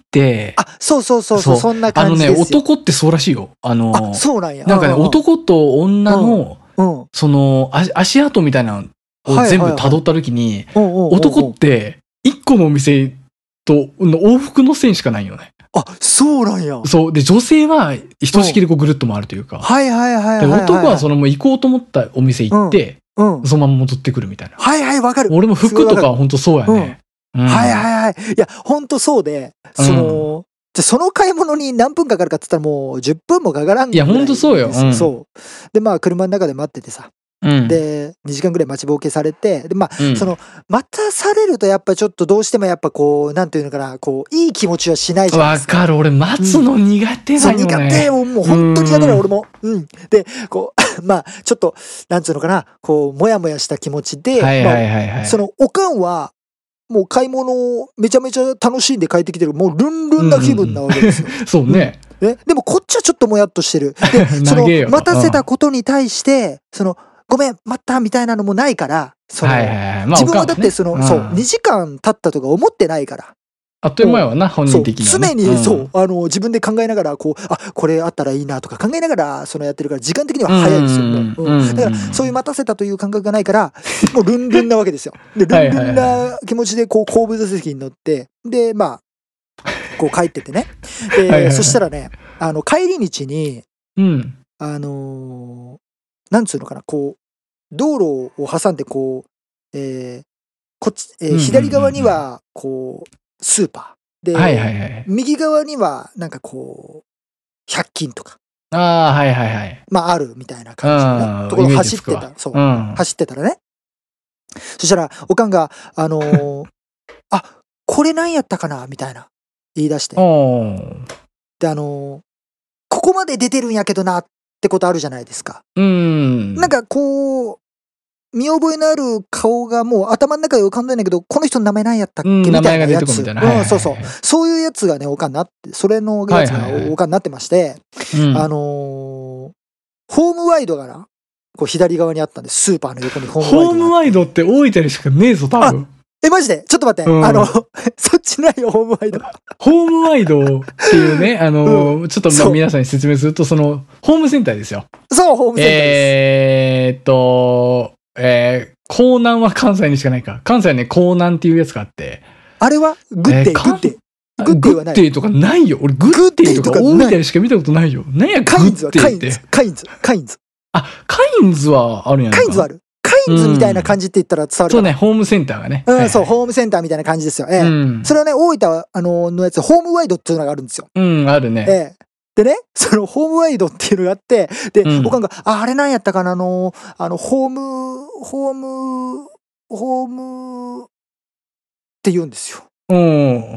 B: あ、そうそうそうそう、そんな感じですよ。
A: あのね、男ってそうらしいよ。あの、
B: あ、そうなんや。
A: なんかね、男と女の、うんうん、その、足跡みたいなのを全部辿った時に、男って一個のお店と往復の線しかないよね。
B: あ、そうなんや。
A: そう。で、女性はひとしきりこうぐるっと回るというか。
B: はいはいはいはい、はい。
A: で、男はそのもう行こうと思ったお店行って、うんうん、そのまま戻ってくるみたいな。
B: はいはい、わかる。
A: 俺も服とかは本当そうやね。
B: うんうん、はいはいはい。いや、本当そうで、その、うん、じゃその買い物に何分かかるかって言ったらもうじゅっぷんもかからんぐらい。
A: いや、本当そうよ。
B: うん、そう。で、まあ、車の中で待っててさ。うん、で、にじかんぐらい待ちぼうけされて、で、まあ、うん、その、待たされるとやっぱちょっとどうしてもやっぱこう、なんていうのかな、こう、いい気持ちはしないじゃないですか。
A: わかる。俺、待つの苦手だよね。
B: うん、そう、苦手。もう本当に苦手だよ、俺も。うん。で、こう、まあ、ちょっと、なんつうのかな、こう、もやもやした気持ちで、
A: はいはいはいはい。
B: その、おかんは、もう買い物をめちゃめちゃ楽しんで帰ってきてる。もうルンルンな気分なわけですよ。
A: うんうん、そうね、
B: うん。ね。でもこっちはちょっともやっとしてる。で、その、待たせたことに対して、その、ごめん、待ったみたいなのもないから、その、はいはいはい、まあ、自分はだってその、ね、そう、にじかん経ったとか思ってないから。
A: あっという間やわな、本人的には、ね。
B: 常に、うん、そう、あの、自分で考えながら、こう、あ、これあったらいいなとか考えながら、そのやってるから、時間的には早いんですよ。うん。だから、そういう待たせたという感覚がないから、もうルンルンなわけですよ。で、ルンルンな気持ちで、こう、後部座席に乗って、で、まあ、こう帰っててね。で、はいはいはい、そしたらね、あの、帰り道に、
A: うん、
B: あのー、なんつうのかな、こう、道路を挟んで、こう、えー、こっち、えー、左側には、こう、スーパー。で、はいはいはい、右側には、なんかこう、ひゃく均とか。
A: ああ、はいはいはい。
B: まあ、あるみたいな感じのね。ところを走ってた。そう、うん。走ってたらね。そしたら、おかんが、あのー、あ、これ何やったかなみたいな。言い出して。で、あのー、ここまで出てるんやけどなってことあるじゃないですか。
A: うん。
B: なんかこう、見覚えのある顔がもう頭の中で浮かんだんだけど、この人の名前何やったっけ、うん、みたいなやつ。
A: 名前が出てくるみたいな。はいはいはい、
B: そうそう。そういうやつがね、おかんなって、それのやつがおかんになってまして、はいはいはい、あのー、ホームワイドがな、こう左側にあったんです。スーパーの横にホームワイド。
A: ホームワイドって大分にしかねえぞ、多分。
B: え、マジでちょっと待って。うん、あの、そっちないよ、ホームワイド。
A: ホームワイドっていうね、あの、うん、ちょっとまあ皆さんに説明すると、その、ホームセンターですよ。
B: そう、ホームセンターです。
A: えーっと、えー、江南は関西にしかないか。関西はね、江南っていうやつがあって。
B: あれはグッデイ、グッデイ。
A: グッデイはない。グッデイとかないよ。俺、グッデイとか大分でしか見たことないよ。何や、グッデイって。
B: カインズはカインズ。カインズ。カインズ。
A: あ、カインズはあるんやんか。
B: カインズはある。カインズみたいな感じって言ったら伝わるかな。
A: そうね、ホームセンターがね。
B: うん、はいはい、そう、ホームセンターみたいな感じですよ。ええ。うん、それはね、大分あののやつ、ホームワイドっていうのがあるんですよ。
A: うん、あるね。
B: ええ。でね、そのホームワイドっていうのがあって、で、うん、おかんが、あ、あれなんやったかな、あの、あの、ホーム、ホーム、ホームって言うんですよ。
A: うん。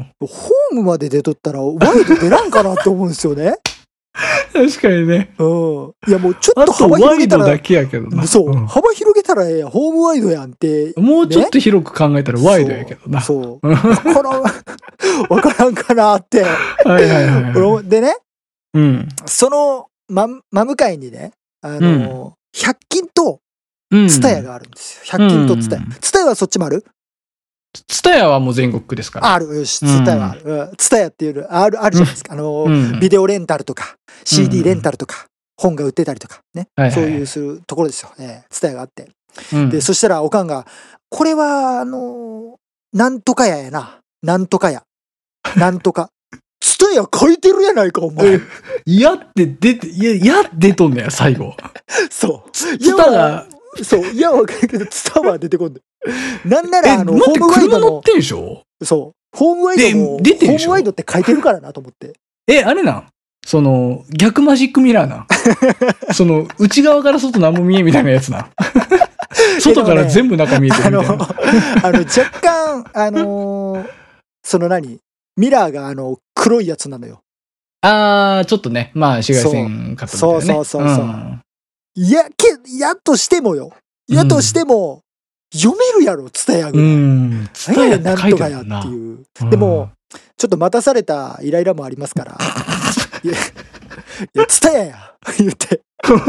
B: ホームまで出とったら、ワイド出らんかなって思うんですよね。
A: 確かにね。
B: うん。いやもうちょっと幅広げたら。
A: ワイドだけやけどな。
B: そう。うん、幅広げたらええやん。ホームワイドやんって。
A: もうちょっと広く考えたらワイドやけどな。
B: そう。わからん、わからんかなって。
A: はいはいはい。
B: でね、
A: うん、
B: その真、真向かいにね、あの、うん、ひゃっ均とツタヤがあるんですよ。ひゃっ均とツタヤ。ツタヤはそっちもある？
A: ツタヤはもう全国区ですから。
B: ある、よし、ツタヤはある。ツタヤっていうのある、あるじゃないですか。あの、うん、ビデオレンタルとか、シーディー レンタルとか、本が売ってたりとか、ね。うん、そういうするところですよ。えー、ツタヤがあって。うん、で、そしたらおかんが、これは、あの、なんとかややな。なんとかや。なんとか。ツタヤ書いてるやないか、お前。
A: いやって出て、いや、いや出とんねや、最後。
B: そう。
A: ツタが。
B: そう。いや、わかるけど、ツタは出てこんで。なんなら、あの、
A: ホームワイドの。車乗ってんでしょ？
B: そう。ホームワイドも、
A: 出てるでしょ？
B: ホームワイドって書いてるからなと思って。
A: え、あれなんその、逆マジックミラーな。その、内側から外何も見えみたいなやつな。外から全部中見えてるみたいな。
B: あの、あの若干、あのー、その何ミラーがあの、黒いやつなのよ。
A: あー、ちょっとね。まあ、紫外線カットみたいなね。
B: そうそうそうそう。うん、いや、け、やとしてもよ。やとしても、うん読めるやろ、ツタヤぐらい。うん。ツタヤなんとかやっていう。でも、ちょっと待たされたイライラもありますから。いや、いや、ツタヤや、言って。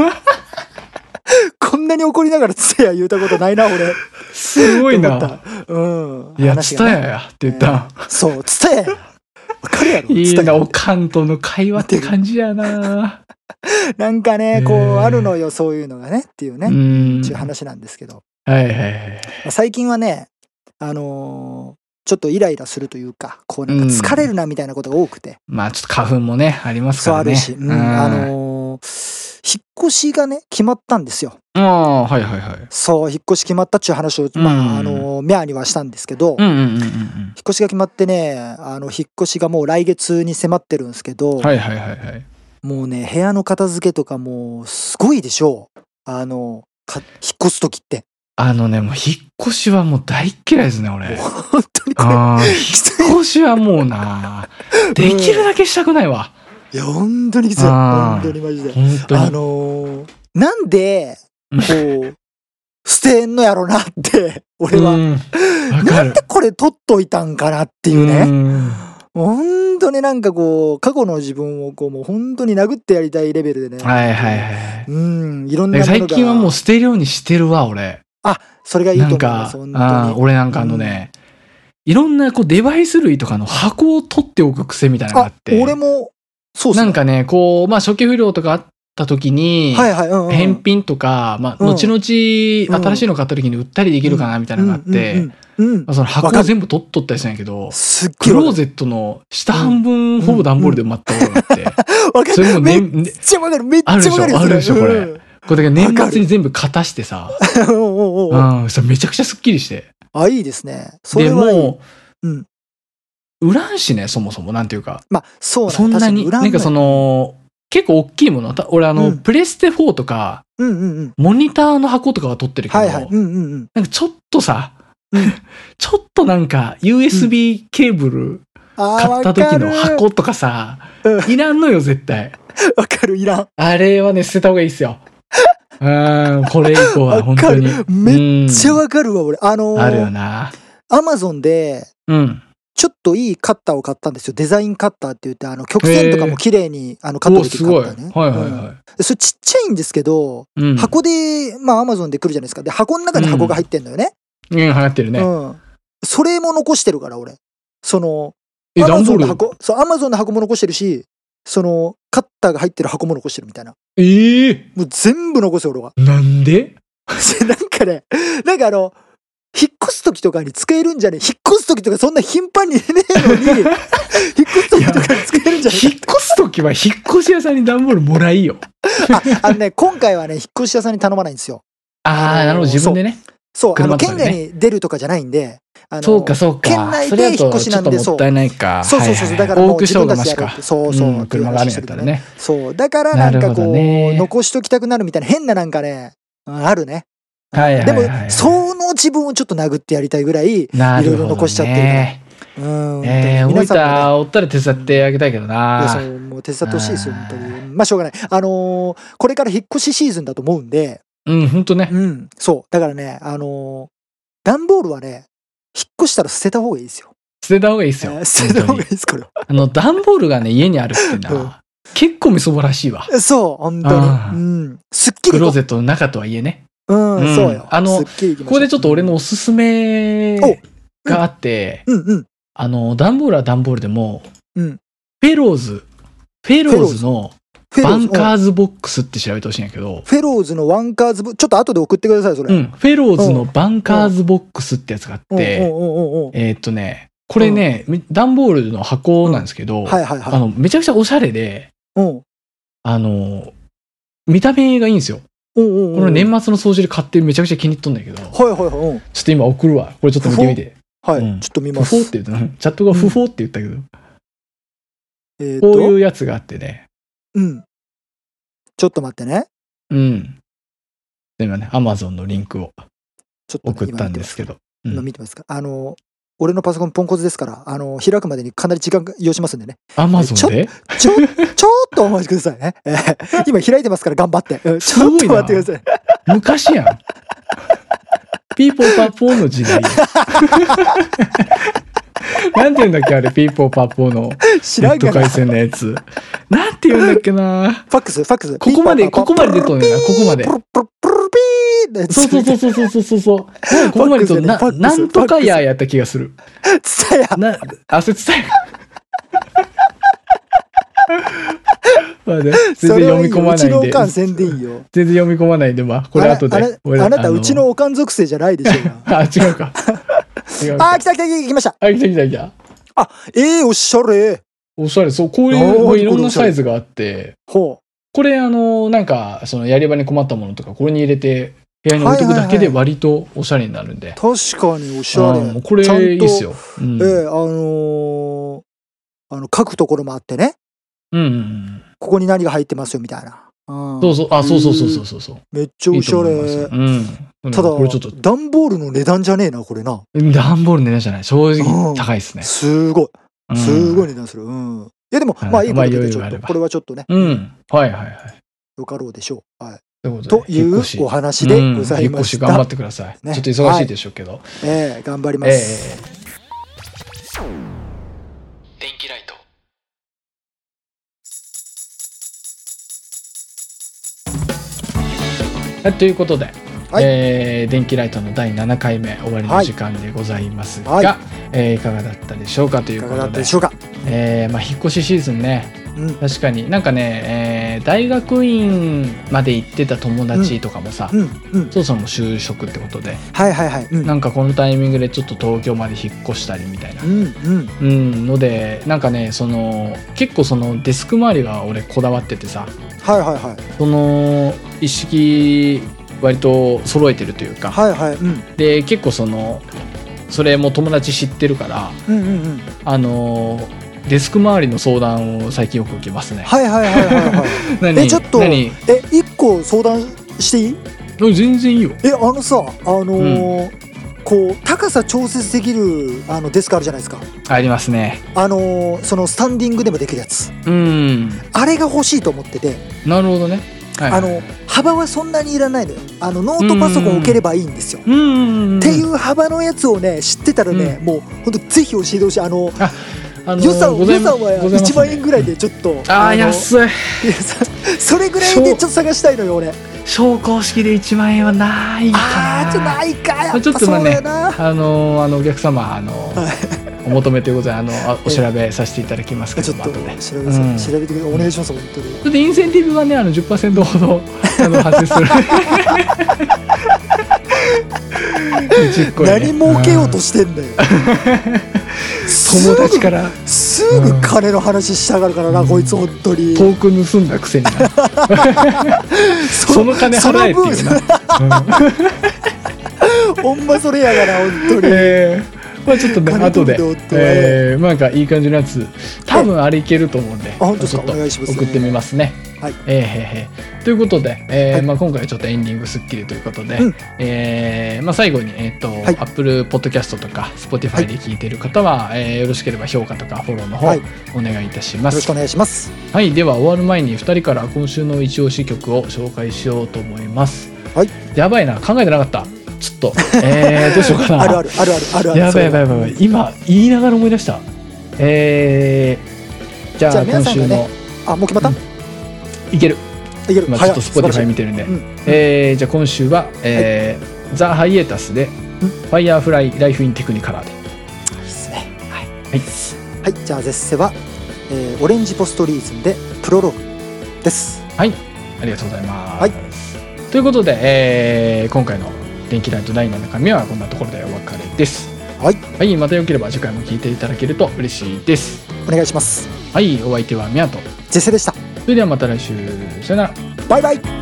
B: こんなに怒りながらツタヤ言うたことないな、俺。
A: すごいな。
B: うん。
A: いや、ツタヤやって言った。
B: そう、ツタヤや。わかるやろ。
A: いいな、おかんとの会話って感じやな。
B: なんかね、こう、あるのよ、そういうのがね、っていうね。っていう話なんですけど。
A: はいはいはい。
B: 最近はね、あのー、ちょっとイライラするというか、こうなんか疲れるなみたいなことが多くて。
A: うん、まあちょっと花粉もね、ありますからね。
B: そうあるし、うん、あのー、引っ越しがね、決まったんですよ。
A: ああ、はいはいはい。
B: そう、引っ越し決まったっちゅう話を、うん、まあ、あのー、ミャーにはしたんですけど、
A: うんうんうんうん、引っ
B: 越しが決まってね、あの、引っ越しがもう来月に迫ってるんですけど、
A: はいはいはいはい。
B: もうね、部屋の片付けとかもう、すごいでしょう。あの、か引っ越すときって。
A: あのね、もう引っ越しはもう大嫌いですね、俺。
B: 本当にこれ。
A: ああ、引っ越しはもうな、できるだけしたくないわ。
B: いや、本当にきつい。本当にマジで。
A: 本当に。
B: あのー、なんで、こう、捨てんのやろなって、俺は。なんでこれ取っといたんかなっていうね。本当になんかこう、過去の自分をこう、もう本当に殴ってやりたいレベルでね。
A: はいはいはい。
B: うん、いろんなものが。
A: 最近はもう捨てるようにしてるわ、俺。
B: あ、それがいいと思います、本当に。
A: あ、俺なんかあのね、うん、いろんなこうデバイス類とかの箱を取っておく癖みたいなのがあって。
B: 俺も、そうっすね。
A: なんかね、こう、まあ初期不良とかあった時に、
B: はいはい、うんうん、
A: 返品とか、まあ、後々新しいの買った時に売ったりできるかなみたいなのがあって、その箱を全部取っとったりしたんやけど、クローゼットの下半分ほぼ段ボールで埋まったことがあって、
B: わかる。めっちゃわかる。めっちゃわかる。
A: あるでしょ、これ。これだけ年末に全部片してさ、うん、それめちゃくちゃスッキリして。
B: あ、いいですね。
A: でも、うん。売らんしね、そもそも、なんていうか。
B: まあ、そう
A: そんなに、なんかその、結構大きいもの、俺あの、プレステフォーとか、モニターの箱とかは取ってるけど、なんかちょっとさ、ちょっとなんか ユーエスビー ケーブル買った時の箱とかさ、いらんのよ、絶対。
B: わかる、いらん。
A: あれはね、捨てた方がいいっすよ。うん、これ以降は本当に。
B: めっちゃわかるわ、俺。あのー、
A: あるよな。
B: アマゾンで、うん。ちょっといいカッターを買ったんですよ。デザインカッターって言って、あの、曲線とかも綺麗にあのカットできるカッターね。
A: はいはいはい。うん、
B: それちっちゃいんですけど、うん、箱で、まあアマゾンで来るじゃないですか。で、箱の中に箱が入ってんのよね。
A: うん、うん、入ってるね。
B: うん。それも残してるから、俺。その、アマゾンの箱、そう、アマゾンの箱も残してるし、その、カッターが入ってる箱も残してるみたいな。
A: ええー、
B: もう全部残すよ、俺は。
A: なんで
B: なんかね、なんかあの、引っ越す時とかに使えるんじゃねえ引っ越す時とかそんな頻繁にねえのに、引っ越す時とかに使えるんじゃねえ
A: 引っ越す時は引っ越し屋さんに段ボールもらいよ。
B: あ、あのね、今回はね、引っ越し屋さんに頼まないんですよ。
A: ああ、なるほど、自分でね。
B: そうあの県外に出るとかじゃないんで、あの
A: そうかそうか、
B: 県内で引っ越しなんで、
A: そうもったいないか、
B: そうそうそうそう、だからもう自分たちでやるって、そうそう、
A: 車があるんやったらね、
B: そうだからなんかこう残しときたくなるみたいな変ななんかねあるね。でもその自分をちょっと殴ってやりたいぐらいいろいろ残しちゃってるから。うん、
A: えー、大分おったら手伝ってあげたいけどな。
B: いやそうもう手伝ってほしいですよ本当に。まあしょうがない。あのー、これから引っ越しシーズンだと思うんで。
A: うん本当ね。
B: うん、そうだからね、あのー、段ボールはね引っ越したら捨てた方がいいですよ。
A: 捨てた方がいいですよ。
B: 捨てた方がいいですこれは。あ
A: の段ボールがね家にあるってな、うん、結構みそぼらしいわ。
B: そう本当に。うん、すっきり
A: クローゼットの中とはいえね。
B: うん、うん、そうよ。
A: あのここでちょっと俺のおすすめがあって、
B: うんうん、
A: あの段ボールは段ボールでも、
B: うん、
A: フェローズフェローズのバンカーズボックスって調べてほしいんやけど、
B: フェローズのワンカーズボちょっと後で送ってくださいそれ。
A: うん、フェローズのバンカーズボックスってやつがあって、えーっとねこれね段ボールの箱なんですけど、あのめちゃくちゃおしゃれで、
B: うん、
A: あの見た目がいいんですよ。この年末の掃除で買ってめちゃくちゃ気に入っとんだけど、
B: はいはいはい、
A: ちょっと今送るわ。これちょっと見てみて。
B: はい、うん、ちょっと見ます。
A: フォーって言った、チャットがフォーって言ったけど、
B: うん、
A: こういうやつがあってね。
B: うん。ちょっと待ってね。
A: うん。今ね、アマゾンのリンクを送ったんですけど。
B: 今見てますか。あの、俺のパソコンポンコツですから、あの、開くまでにかなり時間要しますんでね。
A: アマゾンで
B: ちょ、ちょ、ちょっとお待ちくださいね。えー、今開いてますから頑張って。ちょっと待ってください。
A: 昔やん。ピーポーパーポーの時代。なんて言うんだっけあれ、ピーポーパーポーのネット回線のやつ。なんて言うんだっけな。
B: ファックス、ファックス。
A: ここまで、ここまで出とんねんな、ここまで。そうそうそうそうそうそうそう。ここまでとな、なんとかややった気がする。
B: つたや。
A: な、あ、それつたや。まあね、全然読み込まないんで。うちのお
B: かん宣伝よ。
A: 全然読み込まないんで、まあ、これ後で。
B: あなた、うちのおかん属性じゃないでしょうが。
A: あ、違うか。
B: あ、来た来た来ました。
A: あ、来た来た来た。
B: あ、ええ、おしゃれ。
A: おしゃれ、そう、こういういろんなサイズがあって、
B: ほう。
A: これ、あの、なんか、そのやり場に困ったものとか、これに入れて、部屋に置いとくだけで割とおしゃれになるんで。
B: 確かにおしゃれ。
A: これいいっすよ。
B: ええ、あの、あの、書くところもあってね。
A: うん。
B: ここに何が入ってますよみたいな。
A: そうそう、あ、そうそうそうそうそう。
B: めっちゃおしゃれ。うん。ただ、段ボールの値段じゃねえな、これな。
A: 段ボールの値段じゃない。正直高いですね。
B: すごい。すごい値段する。うん。いやでも、まあいいことでちょっと、これはちょっとね。
A: うん。はいはいはい。
B: よかろうでしょう。はい。
A: と
B: いうお話でございました。
A: 引っ越し頑張ってください。ちょっと忙しいでしょうけど。
B: ええ、頑張ります。
A: 電気ライト。ということで、はい、えー、電気ライトのだいななかいめ終わりの時間でございますが、はい、えー、いかがだったでしょうかということで、いかがだったでしょうか。えー、まあ引っ越しシーズンね、うん、確かになんかね、えー、大学院まで行ってた友達とかもさ、うんうん、そろそろも就職ってことで、
B: はいはいはい、うん、
A: なんかこのタイミングでちょっと東京まで引っ越したりみたいな、
B: うんうん
A: うん、のでなんかねその結構そのデスク周りが俺こだわっててさ、
B: はいはいはい、
A: その一式割と揃えてるというか、
B: はいはい、うん、で
A: 結構そのそれも友達知ってるから、
B: うんうんうん、
A: あのデスク周りの相談を最近よく受けますね。
B: はいはいはいはいはい。えちょっとえ一個相談していい？
A: 全然いいよ。
B: えあのさあのーうん、こう高さ調節できるあのデスクあるじゃないですか。
A: ありますね。
B: あのー、そのスタンディングでもできるやつ。
A: うん。
B: あれが欲しいと思ってて。
A: なるほどね。はいはい、
B: あの幅はそんなにいらないのよ。あのノートパソコン置ければいいんですよ。
A: うんうんうん、
B: っていう幅のやつをね知ってたらね、うん、もう本当ぜひ教えてほしい。あの
A: あ、あのー、
B: 予算予算はいちまんえんぐらいでちょっと
A: ああ安い。
B: それぐらいでちょっと探したいのよ俺。
A: 昇降式でいちまんえんはないかな。
B: あーちょっとないかやっぱ
A: ちょっとまあね、
B: あ
A: のー、あのお客様あのーはいお求めということであのお調べさせていただきますけど、
B: ちょっと調べて、うん、調べてください。お願いします本当に。
A: それでインセンティブはねあの じゅっパーセント ほどあの発生する。
B: 何儲けようとしてんだよ。
A: 友達から
B: すぐ金の話したがるからな、うん、こいつ本当に。
A: トーク盗んだくせにな。その金払えっていうな。
B: ほんまそれやがな本当に、
A: えー、まあちょっとね後で、えー、なんかいい感じのやつ多分あれいけると思うんで、
B: あ本当ですか、
A: ちょっと
B: お願いしますね、
A: 送ってみますね。
B: はい、
A: えー、へーへーということで、えー
B: はい、
A: まあ、今回はちょっとエンディングスッキリということで、
B: うん、
A: えーまあ、最後に、えーと
B: はい、
A: Apple Podcast とか Spotify で聞いている方は、はい、えー、よろしければ評価とかフォローの方、はい、お願いいたします。
B: よろしくお願いします。
A: はい、では終わる前にふたりから今週の一押し曲を紹介しようと思います。
B: はい、
A: やばいな、考えてなかった。ちょっと、えー、どうしようかな。
B: あるあるあるあるあるある。
A: やばいやばいやばい。今言いながら思い出した。えー、じゃあ、じゃあ今週の、ね、
B: あ、もう決まった？
A: うん、いける。
B: いける。
A: 今ちょっと Spotify 見てるんで、うん、えー、じゃあ今週は、えーはい、ザ・ハイエータスで、うん、ファイヤーフライ・ライフ・イン・テクニカラーで。い
B: いですね。はい。
A: はい。
B: はい、じゃあ絶世は、えー、オレンジポストリーズンでプロローグです。
A: はい。ありがとうございます。
B: はい。
A: ということで、えー、今回の電気ライトだいななかみはこんなところでお別れです。
B: はい。
A: はい。またよければ次回も聞いていただけると嬉しいです。
B: お願いします。
A: はい。お相手はミヤと
B: 絶世でした。
A: それではまた来週。さよなら。
B: バイバイ。